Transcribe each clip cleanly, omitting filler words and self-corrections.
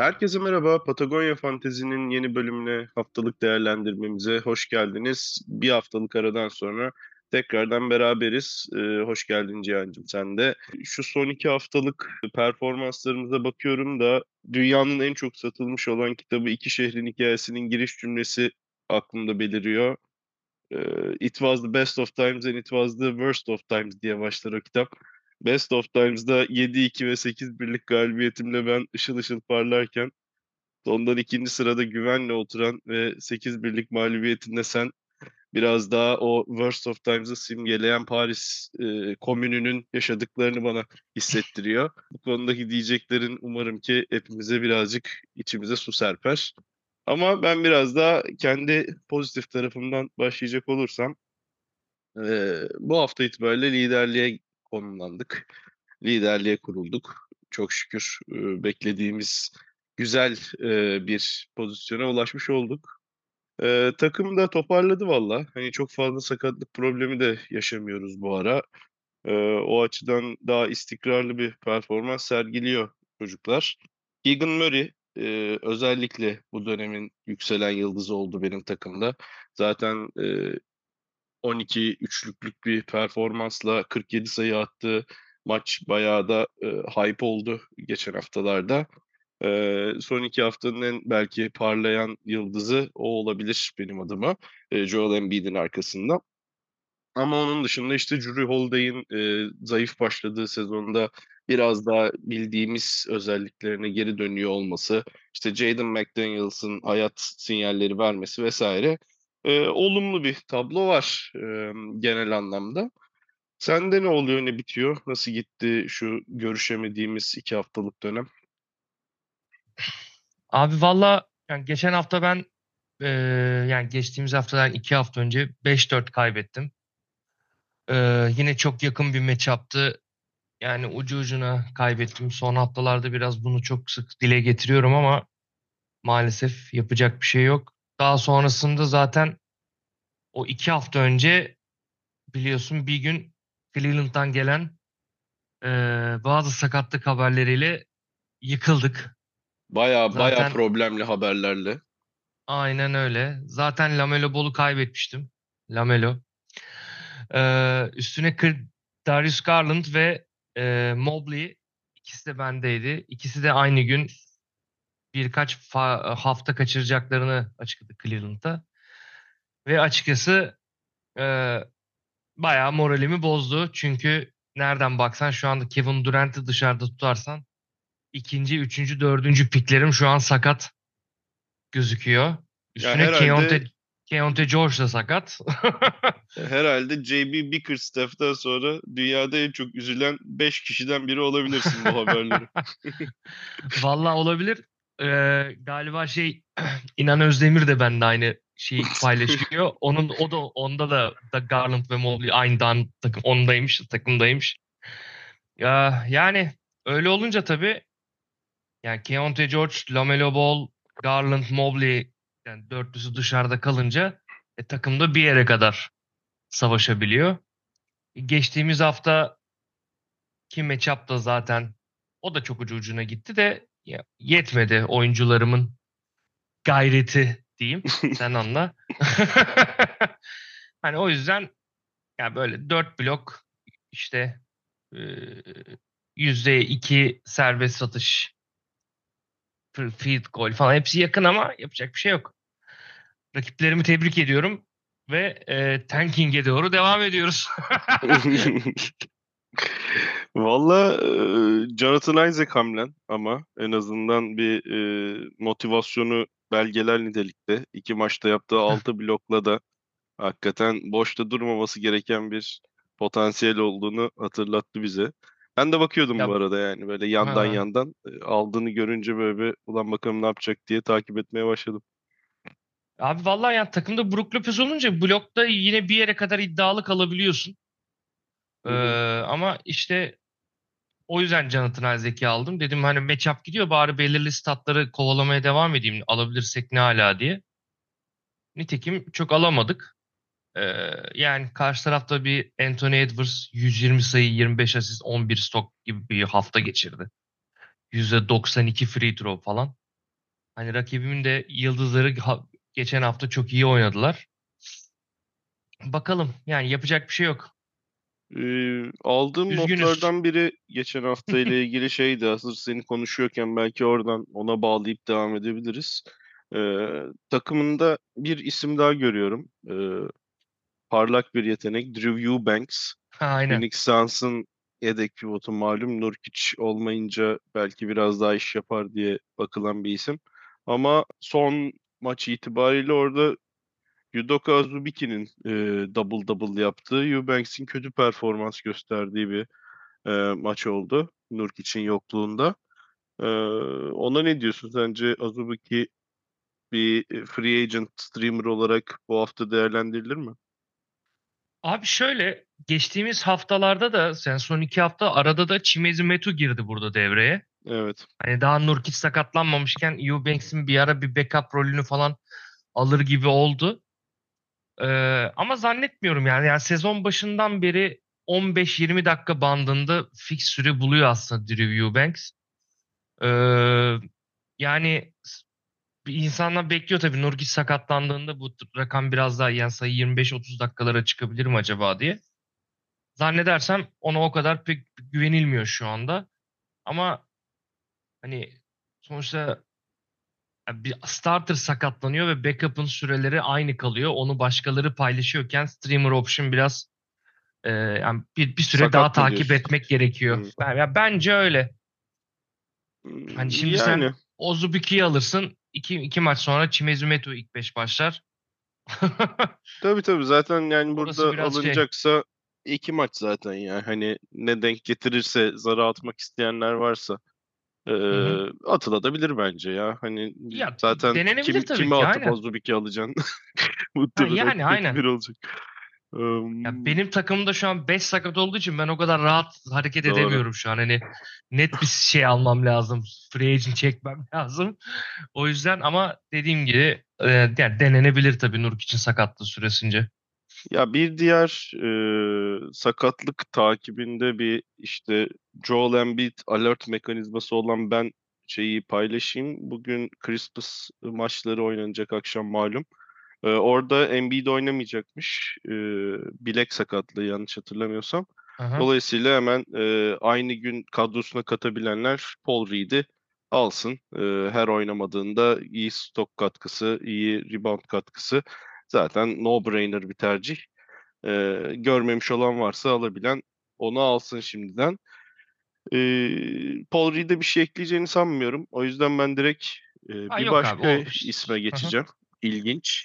Herkese merhaba. Patagonya Fantezi'nin yeni bölümüne, haftalık değerlendirmemize hoş geldiniz. Bir haftalık aradan sonra tekrardan beraberiz. Hoş geldin Cihan'cığım sen de. Şu son 2 haftalık performanslarımıza bakıyorum da dünyanın en çok satılmış olan kitabı İki Şehrin Hikayesi'nin giriş cümlesi aklımda beliriyor. It was the best of times and it was the worst of times diye başlar o kitap. Best of Times'da 7-2 ve 8-1'lik galibiyetimle ben ışıl ışıl parlarken ondan ikinci sırada güvenle oturan ve 8-1'lik mağlubiyetinde sen biraz daha o Worst of Times'ı simgeleyen Paris komününün yaşadıklarını bana hissettiriyor. Bu konudaki diyeceklerin umarım ki hepimize birazcık içimize su serper. Ama ben biraz daha kendi pozitif tarafımdan başlayacak olursam bu hafta itibariyle liderliğe konumlandık. Liderliğe kurulduk. Çok şükür beklediğimiz güzel bir pozisyona ulaşmış olduk. Takım da toparladı valla. Hani çok fazla sakatlık problemi de yaşamıyoruz bu ara. O açıdan daha istikrarlı bir performans sergiliyor çocuklar. Keegan Murray özellikle bu dönemin yükselen yıldızı oldu benim takımda. Zaten 12 üçlüklük bir performansla 47 sayı attığı maç bayağı da hype oldu geçen haftalarda. Son 2 haftanın en belki parlayan yıldızı o olabilir benim adıma. Joel Embiid'in arkasında. Ama onun dışında işte Jrue Holiday'in zayıf başladığı sezonda biraz daha bildiğimiz özelliklerine geri dönüyor olması, işte Jaden McDaniels'ın hayat sinyalleri vermesi vesaire olumlu bir tablo var genel anlamda. Sende ne oluyor, ne bitiyor? Nasıl gitti şu görüşemediğimiz 2 haftalık dönem? Abi valla yani geçen hafta ben e, yani geçtiğimiz haftadan 2 hafta önce 5-4 kaybettim. Yine çok yakın bir matchup'tı. Yani ucu ucuna kaybettim. Son haftalarda biraz bunu çok sık dile getiriyorum ama maalesef yapacak bir şey yok. Daha sonrasında zaten o 2 hafta önce biliyorsun bir gün Cleveland'dan gelen e, bazı sakatlık haberleriyle yıkıldık. Baya baya Zaten problemli haberlerle. aynen öyle. Zaten Lamelo Ball'u kaybetmiştim. Lamelo. Üstüne Darius Garland ve Mobley ikisi de bendeydi. İkisi de aynı gün birkaç hafta kaçıracaklarını açıkladı Cleveland'da. Ve açıkçası e, bayağı moralimi bozdu. Çünkü nereden baksan şu anda Kevin Durant'ı dışarıda tutarsan ikinci, üçüncü, dördüncü piklerim şu an sakat gözüküyor. Ya Üstüne herhalde Keontae George da sakat. herhalde JB Bickerstaff'tan sonra dünyada en çok üzülen 5 kişiden biri olabilirsin bu haberleri. Vallahi olabilir. Galiba İnan Özdemir de benimle aynı şeyi paylaşıyor. Onda da Garland ve Mobley aynı ondaymış, takımdaymış. Yani öyle olunca tabii yani Keontae George, LaMelo Ball, Garland, Mobley yani dörtlüsü dışarıda kalınca takımda bir yere kadar savaşabiliyor. Geçtiğimiz hafta ki matchup'ta zaten o da çok ucu ucuna gitti de yetmedi oyuncularımın gayreti diyeyim. Sen anla. Hani o yüzden ya böyle 4 blok işte e, %2 serbest atış, field goal falan hepsi yakın ama yapacak bir şey yok. Rakiplerimi tebrik ediyorum ve tanking'e doğru devam ediyoruz. Valla Jonathan Isaac hamlen ama en azından bir motivasyonu belgeler nitelikte. 2 maçta yaptığı 6 blokla da hakikaten boşta durmaması gereken bir potansiyel olduğunu hatırlattı bize. Ben de bakıyordum bu Ya arada yani böyle yandan ha. yandan aldığını görünce böyle bir ulan bakalım ne yapacak diye takip etmeye başladım. Abi vallahi yani takımda Brook Lopez olunca blokta yine bir yere kadar iddialı kalabiliyorsun. Hı hı. Ama işte o yüzden Jonathan Isaac'i aldım. Dedim hani matchup gidiyor bari belirli statları kovalamaya devam edeyim. Alabilirsek ne ala diye. Nitekim çok alamadık. Yani karşı tarafta bir Anthony Edwards 120 sayı, 25 asist, 11 stok gibi bir hafta geçirdi. %92 free throw falan. Hani rakibimin de yıldızları geçen hafta çok iyi oynadılar. Bakalım yani yapacak bir şey yok. Aldığım Üzgünüz. notlardan biri geçen hafta ile ilgili şeydi. Hazır seni konuşuyorken belki oradan ona bağlayıp devam edebiliriz. Takımında bir isim daha görüyorum. Parlak bir yetenek. Drew Eubanks. Aynen. Phoenix Suns'ın yedek pivotu malum. Nurkic olmayınca belki biraz daha iş yapar diye bakılan bir isim. Ama son maç itibariyle orada Udoka Azubuike'nin double double yaptığı, Eubanks'in kötü performans gösterdiği bir maç oldu. Nurkic'in yokluğunda. E, Ona ne diyorsun? Sence Azubuike bir free agent streamer olarak bu hafta değerlendirilir mi? Abi şöyle geçtiğimiz haftalarda da sen son 2 hafta arada da Chimezie Metu girdi burada devreye. Evet. Hani daha Nurkic sakatlanmamışken Eubanks'in bir ara bir backup rolünü falan alır gibi oldu. Ee, ama zannetmiyorum yani. Yani sezon başından beri 15-20 dakika bandında fix süre buluyor aslında Drew Eubanks. Ee, yani bir insanlar bekliyor tabii Nurkic sakatlandığında bu rakam biraz daha yani sayı 25-30 dakikalara çıkabilir mi acaba diye. Zannedersem ona o kadar pek güvenilmiyor şu anda. Ama hani sonuçta bir starter sakatlanıyor ve backup'ın süreleri aynı kalıyor. Onu başkaları paylaşıyorken streamer option biraz yani bir süre daha Sakat mı takip diyorsun? etmek gerekiyor. Hmm. Ya bence öyle. Hani şimdi sen Yani Ozubiki'yi alırsın. İki maç sonra Chimezie Metu ilk 5 başlar. tabii tabii zaten yani Orası burada biraz şey. alınacaksa iki maç zaten yani hani ne denk getirirse zara atmak isteyenler varsa Hı hı. atılabilir bence ya. Hani Ya zaten denenebilir tabii kime ki atıp aynen. Azubike alacaksın? Muhtemelen Yani tek aynen. bir olacak. Ya Im, benim takımda şu an 5 sakat olduğu için ben o kadar rahat hareket doğru. edemiyorum şu an. Hani net bir şey almam lazım. Free agent çekmem lazım. O yüzden ama dediğim gibi yani denenebilir tabii Nurk için sakatlığı süresince. Ya bir diğer sakatlık takibinde bir işte Joel Embiid alert mekanizması olan ben şeyi paylaşayım. Bugün Christmas maçları oynanacak akşam malum. Orada Embiid oynamayacakmış. Bilek sakatlığı yanlış hatırlamıyorsam. Aha. Dolayısıyla hemen aynı gün kadrosuna katabilenler Paul Reed'i alsın. Her oynamadığında iyi stok katkısı, iyi rebound katkısı. Zaten no-brainer bir tercih. Görmemiş olan varsa alabilen onu alsın şimdiden. Paul Reed'e bir şey ekleyeceğini sanmıyorum. O yüzden ben direkt Ha, bir yok abi başka o isme Aha. geçeceğim. İlginç.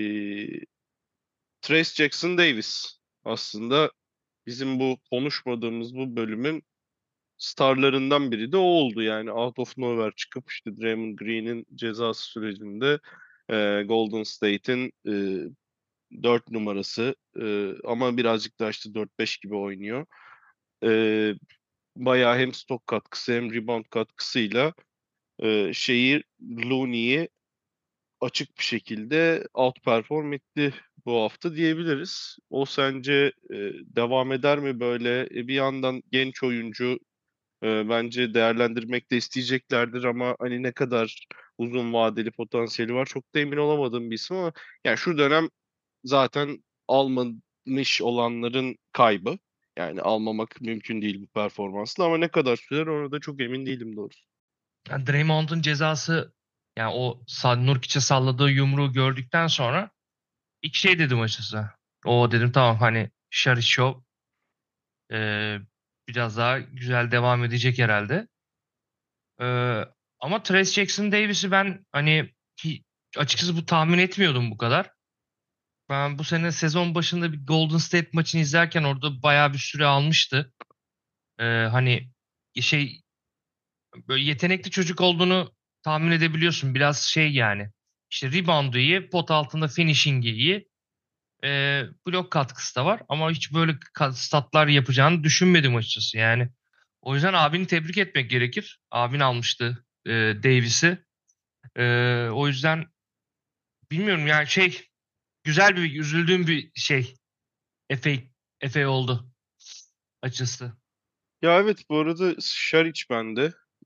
Trace Jackson Davis. Aslında bizim bu konuşmadığımız bu bölümün starlarından biri de o oldu. Yani out of nowhere çıkıp işte Draymond Green'in cezası sürecinde Golden State'in 4 numarası ama birazcık daha işte 4-5 gibi oynuyor. E, Bayağı hem stok katkısı hem rebound katkısıyla şeyi Looney'i açık bir şekilde outperform etti bu hafta diyebiliriz. O sence devam eder mi böyle? Bir yandan genç oyuncu bence değerlendirmek de isteyeceklerdir ama hani ne kadar uzun vadeli potansiyeli var çok da emin olamadığım bir isim ama yani şu dönem zaten almamış olanların kaybı. Yani almamak mümkün değil bu performansla ama ne kadar sürer ona da çok emin değilim doğrusu. Yani Draymond'un cezası yani o Nurkic'e salladığı yumruğu gördükten sonra ilk şey dedim açıkçası. O dedim tamam hani Şariş Show e, biraz daha güzel devam edecek herhalde. E, ama Trace Jackson Davis'i ben hani açıkçası bu tahmin etmiyordum bu kadar. Ben bu sene sezon başında bir Golden State maçını izlerken orada bayağı bir süre almıştı. Hani şey böyle yetenekli çocuk olduğunu tahmin edebiliyorsun. Biraz şey yani. İşte reboundu iyi, pot altında finishing'i iyi. Blok katkısı da var. Ama hiç böyle statlar yapacağını düşünmedim açıkçası. Yani o yüzden abini tebrik etmek gerekir. Abin almıştı Davis'i. O yüzden bilmiyorum yani şey güzel bir üzüldüğüm bir şey. Efe, Efe oldu açıkçası. Ya evet bu arada Şariç bende.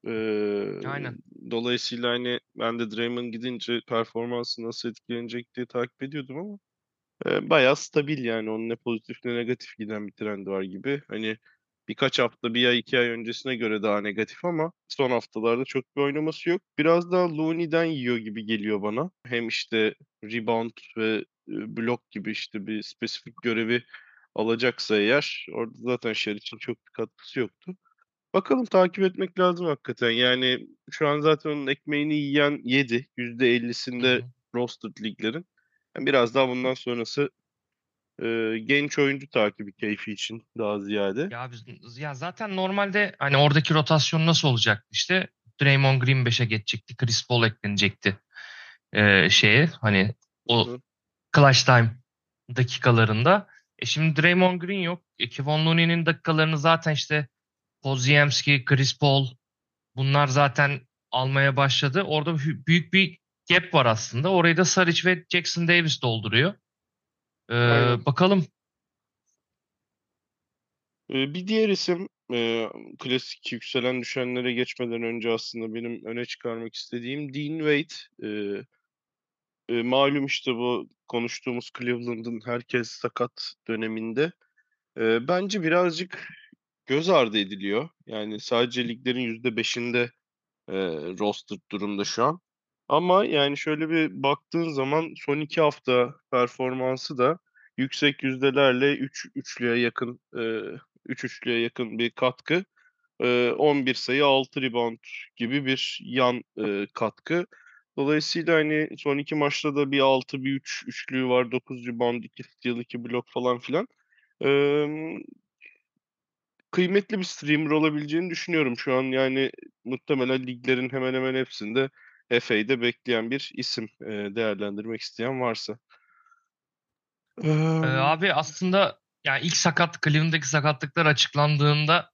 Aynen. Dolayısıyla hani ben de Draymond gidince performansı nasıl etkilenecek diye takip ediyordum ama bayağı stabil yani. Onun ne pozitif ne negatif giden bir trendi var gibi. Hani birkaç hafta, bir ay, 2 ay öncesine göre daha negatif ama son haftalarda çok bir oynaması yok. Biraz daha Looney'den yiyor gibi geliyor bana. Hem işte rebound ve blok gibi işte bir spesifik görevi alacaksa eğer orada zaten Şer için çok bir katkısı yoktu. Bakalım takip etmek lazım hakikaten. Yani şu an zaten onun ekmeğini yiyen yedi. Hı %50'sinde hı. rostered liglerin. Yani biraz daha bundan sonrası genç oyuncu takibi keyfi için daha ziyade. Ya zaten normalde hani oradaki rotasyon nasıl olacaktı işte? Draymond Green 5'e geçecekti. Chris Paul eklenecekti şeye hani Hı o hı. clutch time dakikalarında. Şimdi Draymond Green yok. Kevon Looney'nin dakikalarını zaten işte Podziemski, Chris Paul bunlar zaten almaya başladı. Orada büyük bir gap var aslında. Orayı da Saric ve Jackson Davis dolduruyor. Aynen. Bakalım. Bir diğer isim klasik yükselen düşenlere geçmeden önce aslında benim öne çıkarmak istediğim Dean Wade. Malum işte bu konuştuğumuz Cleveland'ın herkes sakat döneminde bence birazcık göz ardı ediliyor. Yani sadece liglerin %5'inde rostered durumda şu an. Ama yani şöyle bir baktığın zaman son 2 hafta performansı da yüksek yüzdelerle 3 üçlüye yakın bir katkı. 11 sayı 6 rebound gibi bir yan katkı. Dolayısıyla hani son 2 maçta da bir 6 bir 3 üçlüğü var. 9 rebound, 2 steal, 2 blok falan filan. Eee, Kıymetli bir streamer olabileceğini düşünüyorum şu an. Yani muhtemelen liglerin hemen hemen hepsinde FA'de bekleyen bir isim değerlendirmek isteyen varsa. Eee, Abi aslında yani ilk Cleveland'daki sakatlıklar açıklandığında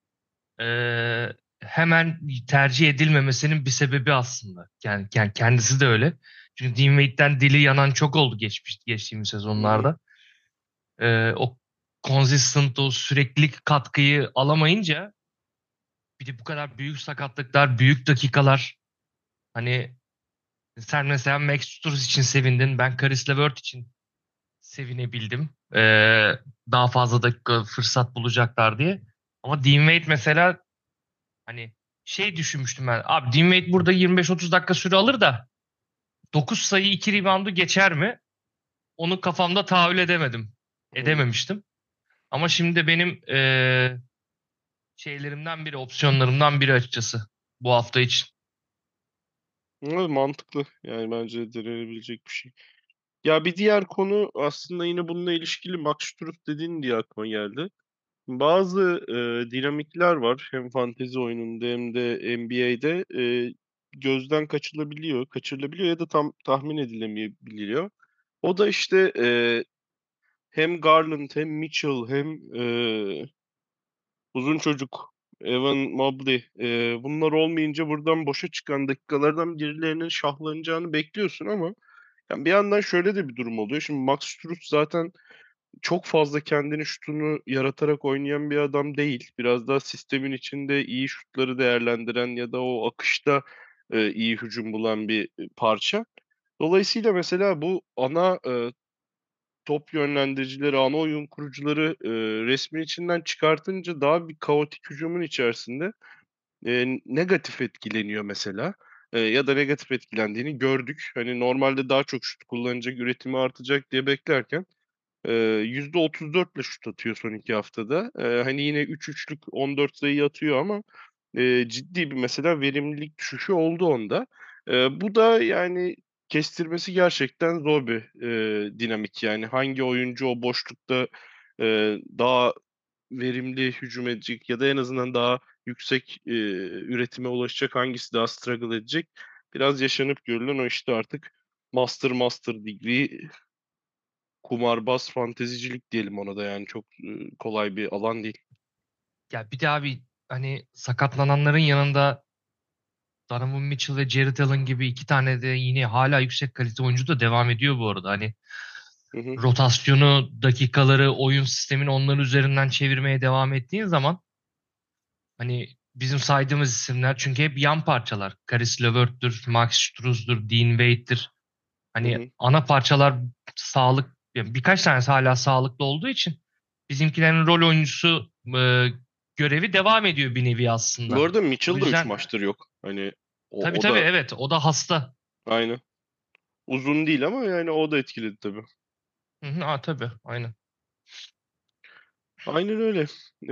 hemen tercih edilmemesinin bir sebebi aslında. Yani kendisi de öyle. Çünkü Dean Wade'den dili yanan çok oldu geçtiğimiz hı hı, sezonlarda. O consistent, o süreklilik katkıyı alamayınca bir de bu kadar büyük sakatlıklar, büyük dakikalar. Hani sen mesela Max Strus için sevindin. Ben Caris LeVert için sevinebildim. Daha fazla dakika fırsat bulacaklar diye. Ama Dean Wade mesela hani şey düşünmüştüm ben. Abi Dean Wade burada 25-30 dakika süre alır da 9 sayı 2 reboundu geçer mi? Onu kafamda tahayyül edemedim. hı. Edememiştim. Ama şimdi benim şeylerimden biri, opsiyonlarımdan biri açıkçası bu hafta için. Evet, mantıklı. Yani bence denenebilecek bir şey. Ya bir diğer konu aslında yine bununla ilişkili Max Strus dediğin diye aklıma geldi. Bazı dinamikler var hem fantezi oyununda hem de NBA'de gözden kaçırılabiliyor ya da tam tahmin edilemeyebiliyor. O da işte hem Garland hem Mitchell hem uzun çocuk Evan Mobley bunlar olmayınca buradan boşa çıkan dakikalardan birilerinin şahlanacağını bekliyorsun ama yani bir yandan şöyle de bir durum oluyor. Şimdi Max Strus zaten çok fazla kendini şutunu yaratarak oynayan bir adam değil. Biraz daha sistemin içinde iyi şutları değerlendiren ya da o akışta iyi hücum bulan bir parça. Dolayısıyla mesela bu ana top yönlendiricileri, ana oyun kurucuları resmin içinden çıkartınca daha bir kaotik hücumun içerisinde negatif etkileniyor mesela. Ya da negatif etkilendiğini gördük. Hani normalde daha çok şut kullanacak, üretimi artacak diye beklerken %34'le şut atıyor son 2 haftada. Hani yine 3 üçlük 14 sayı atıyor ama ciddi bir mesela verimlilik düşüşü oldu onda. Bu da yani kestirmesi gerçekten zor bir dinamik. Yani hangi oyuncu o boşlukta daha verimli hücum edecek ya da en azından daha yüksek üretime ulaşacak, hangisi daha struggle edecek? Biraz yaşanıp görülen o işte artık master degree kumarbaz fantezicilik diyelim ona da yani çok kolay bir alan değil. Ya bir de abi hani sakatlananların yanında Donovan Mitchell ve Jared Allen gibi iki tane de yine hala yüksek kalite oyuncu da devam ediyor bu arada. Hani Hı hı. rotasyonu, dakikaları, oyun sistemini onların üzerinden çevirmeye devam ettiğin zaman hani bizim saydığımız isimler çünkü hep yan parçalar. Caris LeVert'tür, Max Struz'dur, Dean Wade'dir. Hı Hani hı. ana parçalar sağlık, yani birkaç tanesi hala sağlıklı olduğu için bizimkilerin rol oyuncusu görevi devam ediyor bir nevi Bu aslında. arada O Mitchell da 3 yüzden maçtır yok. Hani tabii o tabii da evet, o da hasta. aynı. Uzun değil ama yani o da etkiledi tabii. Hı hı, tabii aynen. Aynen öyle.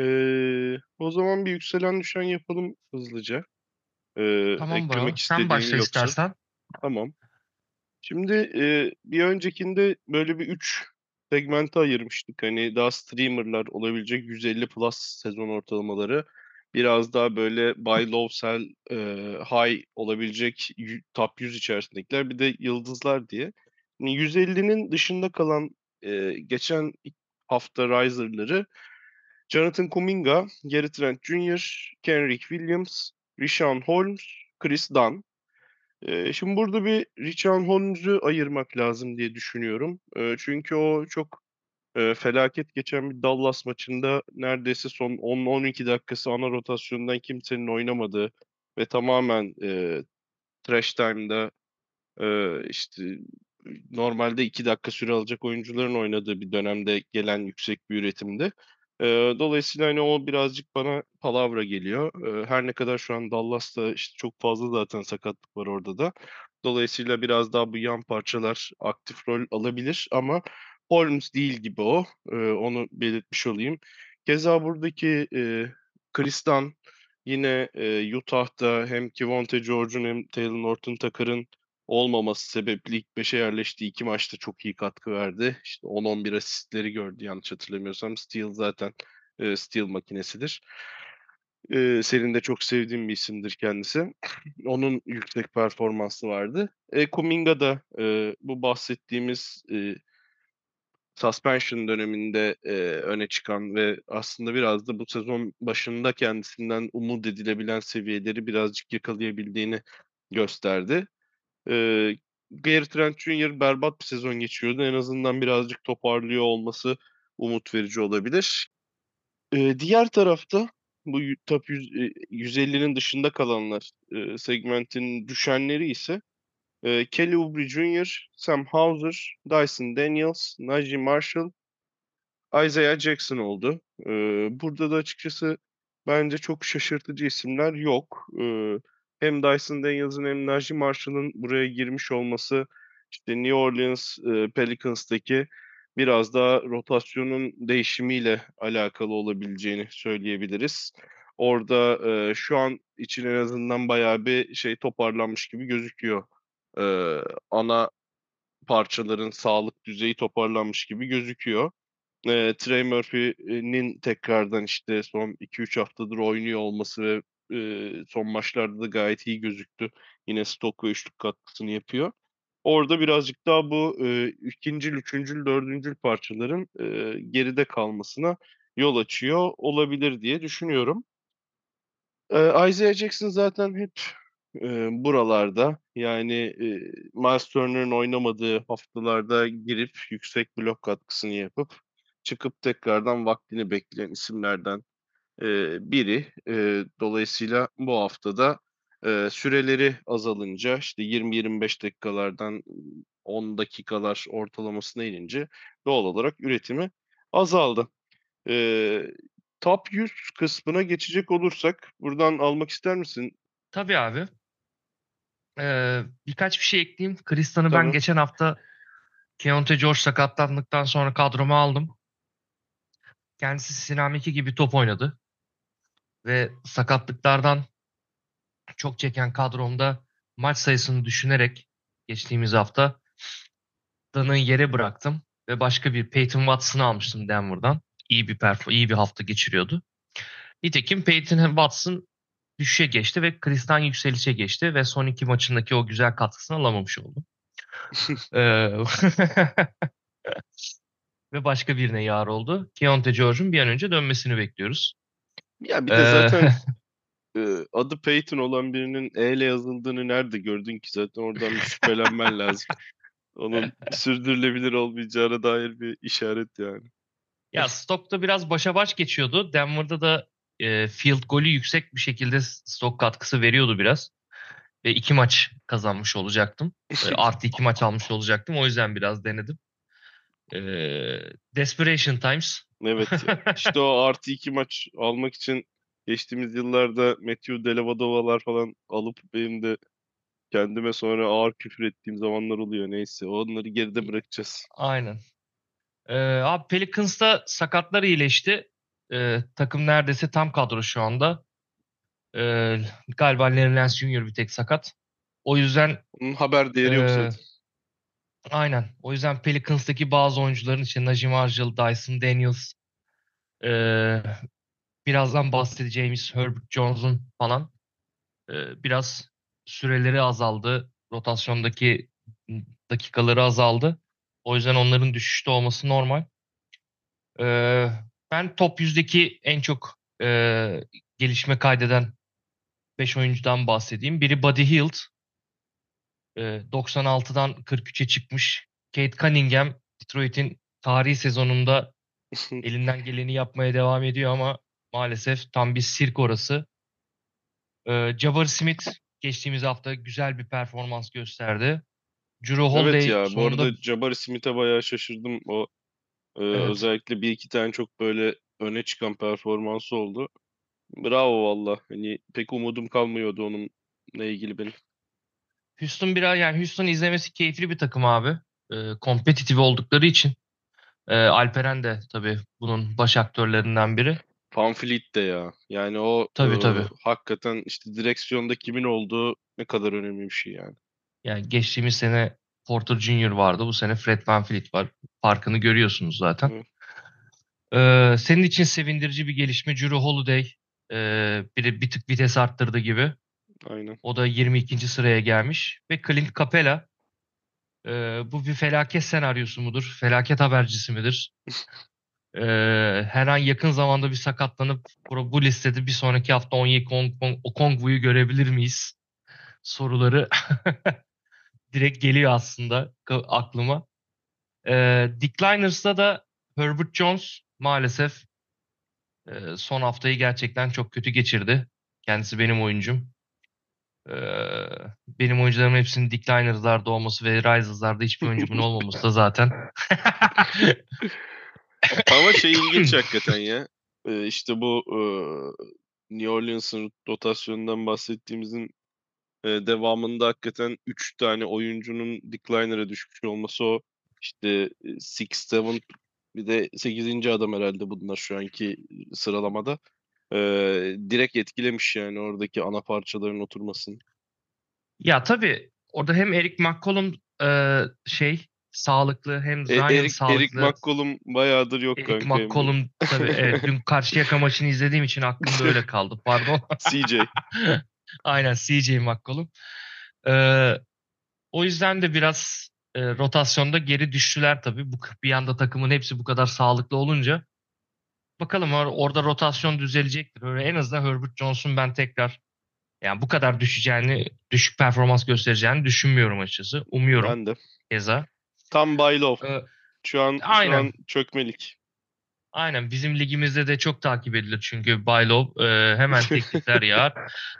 O zaman bir yükselen düşen yapalım hızlıca. Tamam Eklemek bro. Sen istediğin başla yoksa. istersen. Tamam. Şimdi bir öncekinde böyle bir 3 segmente ayırmıştık. Hani daha streamerlar olabilecek 150 plus sezon ortalamaları. Biraz daha böyle buy low sell high olabilecek top 100 içerisindekiler. Bir de yıldızlar diye. Şimdi 150'nin dışında kalan geçen hafta riser'ları Jonathan Kuminga, Gary Trent Jr., Kenrich Williams, Richaun Holmes, Chris Dunn. Şimdi burada bir Richaun Holmes'u ayırmak lazım diye düşünüyorum. Çünkü o çok felaket geçen bir Dallas maçında neredeyse son 10-12 dakikası ana rotasyondan kimsenin oynamadığı ve tamamen trash time'da işte normalde 2 dakika süre alacak oyuncuların oynadığı bir dönemde gelen yüksek bir üretimdi. Dolayısıyla hani o birazcık bana palavra geliyor. Her ne kadar şu an Dallas'ta işte çok fazla zaten sakatlık var orada da. Dolayısıyla biraz daha bu yan parçalar aktif rol alabilir ama Holmes değil gibi o. Onu belirtmiş olayım. Keza buradaki Chris Dunn yine Utah'ta hem Kevonte George'un hem Taylor Norton Tucker'ın olmaması sebeple ilk 5'e yerleştiği 2 maçta çok iyi katkı verdi. İşte 10-11 asistleri gördü yanlış hatırlamıyorsam. Steal zaten steal makinesidir. Senin de çok sevdiğin bir isimdir kendisi. Onun yüksek performansı vardı. Kuminga da bu bahsettiğimiz suspension döneminde öne çıkan ve aslında biraz da bu sezon başında kendisinden umut edilebilen seviyeleri birazcık yakalayabildiğini gösterdi. Gary Trent Jr. berbat bir sezon geçiyordu. En azından birazcık toparlıyor olması umut verici olabilir. Diğer tarafta bu top 100, 150'nin dışında kalanlar segmentin düşenleri ise Kelly Oubre Jr., Sam Hauser, Dyson Daniels, Najee Marshall, Isaiah Jackson oldu. Burada da açıkçası bence çok şaşırtıcı isimler yok. Hem Dyson Daniels'ın hem Najee Marshall'ın buraya girmiş olması işte New Orleans Pelicans'taki biraz daha rotasyonun değişimiyle alakalı olabileceğini söyleyebiliriz. Orada şu an için en azından bayağı bir şey toparlanmış gibi gözüküyor. Ana parçaların sağlık düzeyi toparlanmış gibi gözüküyor. Trey Murphy'nin tekrardan işte son 2-3 haftadır oynuyor olması ve son maçlarda da gayet iyi gözüktü. Yine stok ve üçlük katkısını yapıyor. Orada birazcık daha bu ikincil, üçüncül, dördüncül parçaların geride kalmasına yol açıyor olabilir diye düşünüyorum. Isaiah Jackson zaten hep buralarda. Yani Miles Turner'ın oynamadığı haftalarda girip yüksek blok katkısını yapıp çıkıp tekrardan vaktini bekleyen isimlerden biri. Dolayısıyla bu haftada süreleri azalınca işte 20-25 dakikalardan 10 dakikalar ortalamasına inince doğal olarak üretimi azaldı. Ee, Top 100 kısmına geçecek olursak buradan almak ister misin? Tabii abi. Birkaç bir şey ekleyeyim. Kristan'ı ben Tabii. geçen hafta Keontae George sakatlandıktan sonra kadroma aldım. Kendisi Sinamiki gibi top oynadı. Ve sakatlıklardan çok çeken kadromda maç sayısını düşünerek geçtiğimiz hafta Dan'ı yere bıraktım. Ve başka bir Peyton Watson'ı almıştım Denver'dan. İyi bir hafta geçiriyordu. Nitekim Peyton Watson düşüşe geçti ve Kristan yükselişe geçti ve son 2 maçındaki o güzel katkısını alamamış oldu. Ee, ve başka birine yar oldu. Keontae George'un bir an önce dönmesini bekliyoruz. Ya bir de Ee, zaten adı Peyton olan birinin E ile yazıldığını nerede gördün ki? Zaten oradan bir şüphelenmen lazım. Onun sürdürülebilir olmayacağına dair bir işaret yani. ya Stock'ta biraz başa baş geçiyordu. Denver'da da field golü yüksek bir şekilde stok katkısı veriyordu biraz. Ve 2 maç kazanmış olacaktım. Artı 2 maç almış olacaktım. O yüzden biraz denedim. E, Desperation Times. Evet ya. İşte o artı 2 maç almak için geçtiğimiz yıllarda Matthew Dellavedovalar falan alıp benim de kendime sonra ağır küfür ettiğim zamanlar oluyor. Neyse onları geride bırakacağız. Aynen. Abi Pelicans'ta sakatlar iyileşti. Takım neredeyse tam kadro şu anda. Ee, Galiba Larry Nance Jr. bir tek sakat. O yüzden Onun haber değeri yok e, zaten. aynen. O yüzden Pelicans'taki bazı oyuncuların işte Najee Marshall, Dyson Daniels, e, birazdan bahsedeceğimiz Herbert Jones'un falan biraz süreleri azaldı. Rotasyondaki dakikaları azaldı. O yüzden onların düşüşte olması normal. Ee, Ben top 100'deki en çok gelişme kaydeden 5 oyuncudan bahsedeyim. Biri Buddy Hield. 96'dan 43'e çıkmış. Kate Cunningham Detroit'in tarihi sezonunda elinden geleni yapmaya devam ediyor ama maalesef tam bir sirk orası. Jabari Smith geçtiğimiz hafta güzel bir performans gösterdi. Drew Evet Holiday ya bu sonunda, arada Jabari Smith'e bayağı şaşırdım. O evet, özellikle bir iki tane çok böyle öne çıkan performansı oldu. Bravo valla. Hani pek umudum kalmıyordu onunla ilgili benim. Houston izlemesi keyifli bir takım abi. Kompetitif oldukları için. Alperen de tabii bunun baş aktörlerinden biri. Pamphlet de ya. Yani o Tabii tabii. hakikaten işte direksiyonda kimin olduğu ne kadar önemli bir şey yani. Yani geçtiğimiz sene Porter Junior vardı. Bu sene Fred VanVleet var. Farkını görüyorsunuz zaten. Evet, Senin için sevindirici bir gelişme. Jrue Holiday bir tık vites arttırdı gibi. aynen. O da 22. sıraya gelmiş. Ve Clint Capela, bu bir felaket senaryosu mudur? Felaket habercisi midir? Her an yakın zamanda bir sakatlanıp bu listede bir sonraki hafta Okongwu'yu görebilir miyiz? Soruları direkt geliyor aslında aklıma. Decliners'da da Herbert Jones maalesef son haftayı gerçekten çok kötü geçirdi. Kendisi benim oyuncum. Ee, Benim oyuncularımın hepsinin Decliners'larda olması ve Risers'larda hiçbir oyuncumun olmaması da zaten. Ama şey ilginç hakikaten ya. İşte bu New Orleans'ın rotasyonundan bahsettiğimizin devamında hakikaten 3 tane oyuncunun decliner'a düşmüş olması o işte Six, Seven bir de sekizinci adam herhalde bunlar şu anki sıralamada. E, Direkt etkilemiş yani oradaki ana parçaların oturmasını. Ya tabii orada hem Eric McCollum sağlıklı, hem Zion Eric sağlıklı. McCollum bayağıdır yok Eric kanka hem de. McCollum tabii, evet, dün Karşıyaka maçını izlediğim için aklımda öyle kaldı. Pardon. CJ. Aynen, CJ McCollum. Ee, O yüzden de biraz rotasyonda geri düştüler tabii. Bir anda takımın hepsi bu kadar sağlıklı olunca. Bakalım orada rotasyon düzelecektir. Öyle en azından Herbert Jones'un ben tekrar, yani bu kadar düşeceğini, düşük performans göstereceğini düşünmüyorum açıkçası. Umuyorum Ben de. keza. Tam buy low. Ee, Şu an aynen. çökmelik. Aynen, bizim ligimizde de çok takip edilir çünkü Baylov hemen teklifler yağar.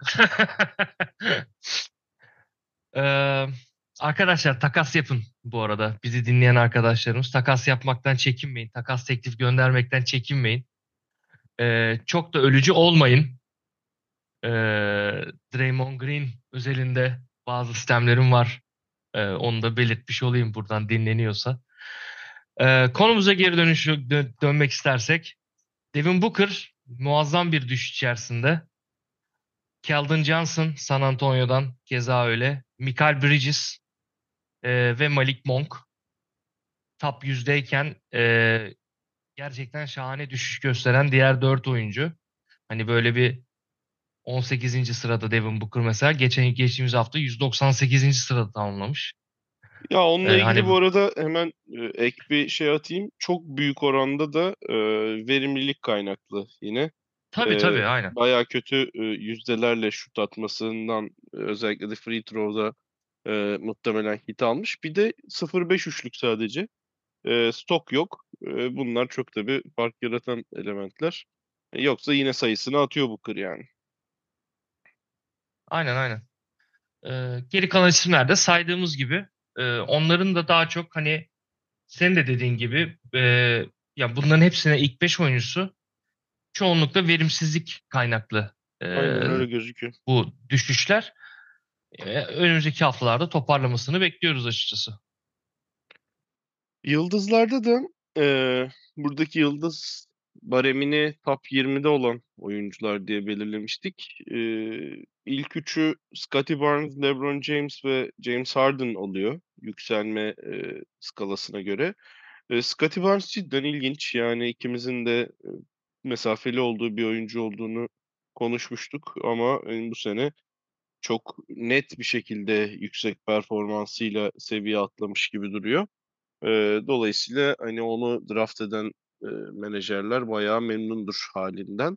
Ee, Arkadaşlar takas yapın bu arada. Bizi dinleyen arkadaşlarımız takas yapmaktan çekinmeyin. Takas teklif göndermekten çekinmeyin. Çok da ölücü olmayın. Draymond Green özelinde bazı sistemlerim var. Onu da belirtmiş olayım buradan dinleniyorsa. Konumuza geri dönmek istersek. Devin Booker muazzam bir düşüş içerisinde. Keldon Johnson San Antonio'dan keza öyle. Mikal Bridges ve Malik Monk top 100'deyken gerçekten şahane düşüş gösteren diğer 4 oyuncu. Hani böyle bir 18. sırada Devin Booker mesela geçtiğimiz hafta 198. sırada tamamlamış. Ya onunla ilgili bu Hani arada hemen ek bir şey atayım. Çok büyük oranda da verimlilik kaynaklı yine. tabii tabii, aynen. Bayağı kötü yüzdelerle şut atmasından özellikle de free throw'da muhtemelen hit almış. Bir de 0,5 üçlük sadece. Stok yok. Bunlar çok tabii fark yaratan elementler. Yoksa yine sayısını atıyor Booker yani. Aynen aynen. Geri kalan isimler de saydığımız gibi onların da daha çok hani senin de dediğin gibi ya bunların hepsine ilk 5 oyuncusu çoğunlukla verimsizlik kaynaklı e, Aynen öyle gözüküyor. bu düşüşler. Önümüzdeki haftalarda toparlamasını bekliyoruz açıkçası. Yıldızlarda da buradaki yıldız baremini top 20'de olan oyuncular diye belirlemiştik. İlk üçü Scottie Barnes, LeBron James ve James Harden oluyor yükselme skalasına göre. Scottie Barnes cidden ilginç. Yani ikimizin de mesafeli olduğu bir oyuncu olduğunu konuşmuştuk ama bu sene çok net bir şekilde yüksek performansıyla seviye atlamış gibi duruyor. Dolayısıyla hani onu draft eden menajerler bayağı memnundur halinden.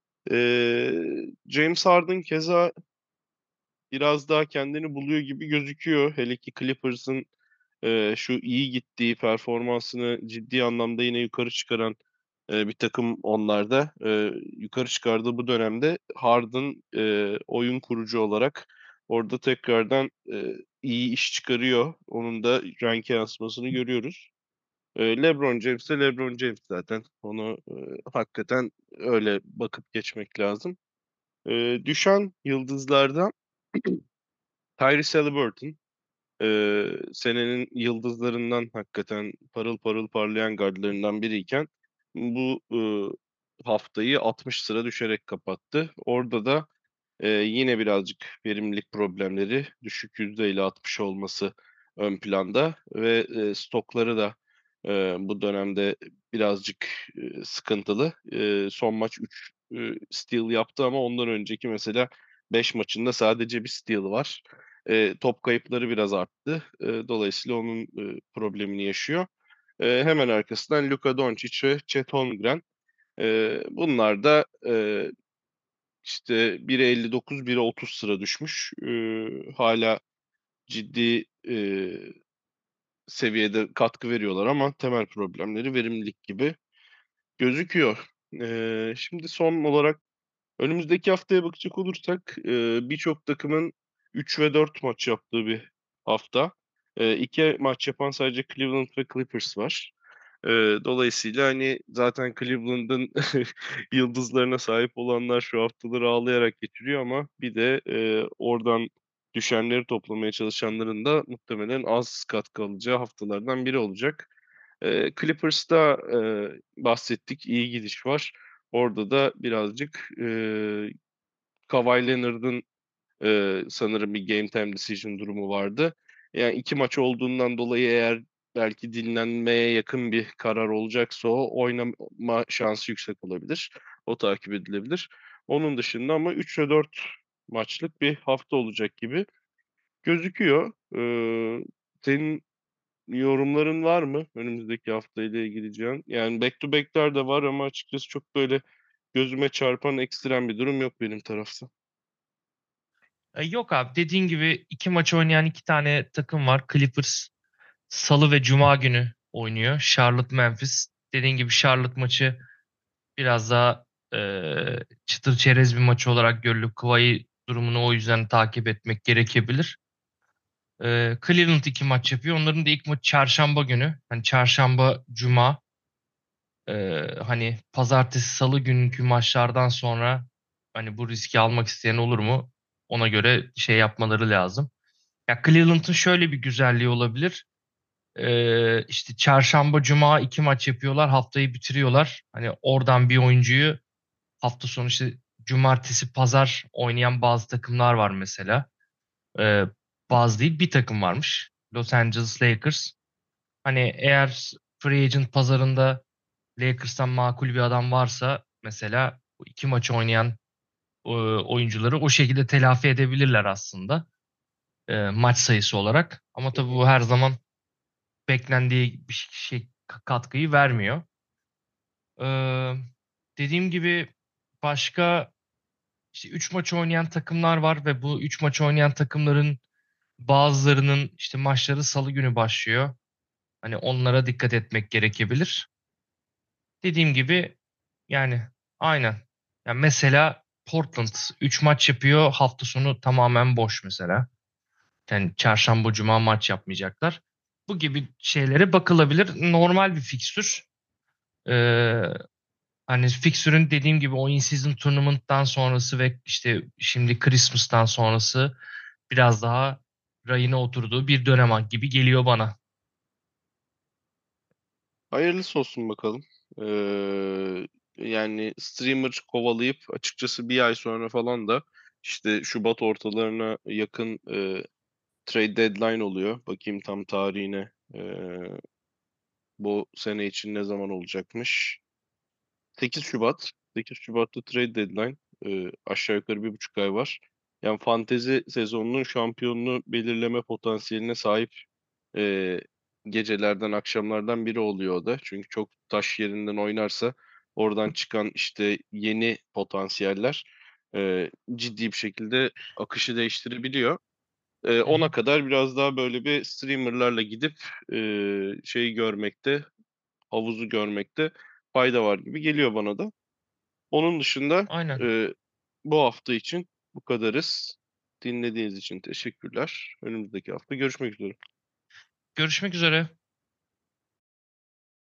James Harden keza biraz daha kendini buluyor gibi gözüküyor. Hele ki Clippers'ın şu iyi gittiği performansını ciddi anlamda yine yukarı çıkaran bir takım onlarda. Yukarı çıkardığı bu dönemde Harden oyun kurucu olarak orada tekrardan iyi iş çıkarıyor. Onun da renk yansımasını görüyoruz. LeBron James de LeBron James zaten. Onu hakikaten öyle bakıp geçmek lazım. Düşen yıldızlardan Tyrese Haliburton. Senenin yıldızlarından hakikaten parıl parıl parlayan gardlarından biriyken bu haftayı 60 sıra düşerek kapattı. Orada da yine birazcık verimlilik problemleri, düşük yüzdeyle 60 olması ön planda ve stokları da bu dönemde birazcık sıkıntılı. Son maç 3 steal yaptı ama ondan önceki mesela 5 maçında sadece bir steal var. Top kayıpları biraz arttı. Dolayısıyla onun problemini yaşıyor. Hemen arkasından Luka Doncic ve Chet Holmgren. Bunlar da işte biri 59, biri 30 sıra düşmüş. Hala ciddi seviyede katkı veriyorlar ama temel problemleri verimlilik gibi gözüküyor. Şimdi son olarak önümüzdeki haftaya bakacak olursak birçok takımın 3 ve 4 maç yaptığı bir hafta. 2 maç yapan sadece Cleveland ve Clippers var. E, Dolayısıyla hani zaten Cleveland'ın yıldızlarına sahip olanlar şu haftaları ağlayarak geçiriyor ama bir de oradan düşenleri toplamaya çalışanların da muhtemelen az katkı alacağı haftalardan biri olacak. Clippers'ta bahsettik, iyi gidiş var. Orada da birazcık Kawhi Leonard'ın sanırım bir game time decision durumu vardı. Yani iki maç olduğundan dolayı eğer belki dinlenmeye yakın bir karar olacaksa o oynama şansı yüksek olabilir. O takip edilebilir. Onun dışında ama 3 ve 4 maçlık bir hafta olacak gibi gözüküyor. Senin yorumların var mı önümüzdeki hafta ile ilgili Cihan? Yani back to back'ler de var ama açıkçası çok böyle gözüme çarpan ekstrem bir durum yok benim tarafta. Yok abi, dediğin gibi iki maç oynayan iki tane takım var. Clippers Salı ve Cuma günü oynuyor. Charlotte Memphis. Dediğin gibi Charlotte maçı biraz daha çıtır çerez bir maç olarak görülüp Kawhi durumunu o yüzden takip etmek gerekebilir. Cleveland iki maç yapıyor. Onların da ilk maçı çarşamba günü. Hani çarşamba, cuma, hani pazartesi, salı günkü maçlardan sonra hani bu riski almak isteyen olur mu? Ona göre şey yapmaları lazım. Ya Cleveland'ın şöyle bir güzelliği olabilir. İşte çarşamba, cuma iki maç yapıyorlar. Haftayı bitiriyorlar. Hani oradan bir oyuncuyu hafta sonu işte cumartesi, pazar oynayan bazı takımlar var mesela. Ee, Bazı değil, bir takım varmış. Los Angeles Lakers. Hani eğer free agent pazarında Lakers'tan makul bir adam varsa mesela bu iki maçı oynayan oyuncuları o şekilde telafi edebilirler aslında maç sayısı olarak. Ama Hı tabii hı. bu her zaman beklendiği bir şey katkıyı vermiyor. Ee, Dediğim gibi başka işte 3 maç oynayan takımlar var ve bu 3 maç oynayan takımların bazılarının işte maçları salı günü başlıyor. Hani onlara dikkat etmek gerekebilir. Dediğim gibi yani Aynen. Ya mesela Portland 3 maç yapıyor. Hafta sonu tamamen boş mesela. Yani çarşamba cuma maç yapmayacaklar. Bu gibi şeylere bakılabilir. Normal bir fikstür. Ee, Hani fixture'ın dediğim gibi o in-season tournament'tan sonrası ve işte şimdi Christmas'tan sonrası biraz daha rayına oturduğu bir dönem gibi geliyor bana. Hayırlısı olsun bakalım. Yani streamer kovalayıp açıkçası bir ay sonra falan da işte Şubat ortalarına yakın trade deadline oluyor. Bakayım tam tarihine. Bu sene için ne zaman olacakmış? 8 Şubat. 8 Şubat'ta trade deadline. Aşağı yukarı 1,5 ay var. Yani fantezi sezonunun şampiyonunu belirleme potansiyeline sahip e, gecelerden, akşamlardan biri oluyor o da. Çünkü çok taş yerinden oynarsa oradan çıkan işte yeni potansiyeller ciddi bir şekilde akışı değiştirebiliyor. Hı hı. Ona kadar biraz daha böyle bir streamerlarla gidip şeyi görmekte, havuzu görmekte fayda var gibi geliyor bana da. Onun dışında Aynen. bu hafta için bu kadarız. Dinlediğiniz için teşekkürler. Önümüzdeki hafta görüşmek üzere. Görüşmek üzere.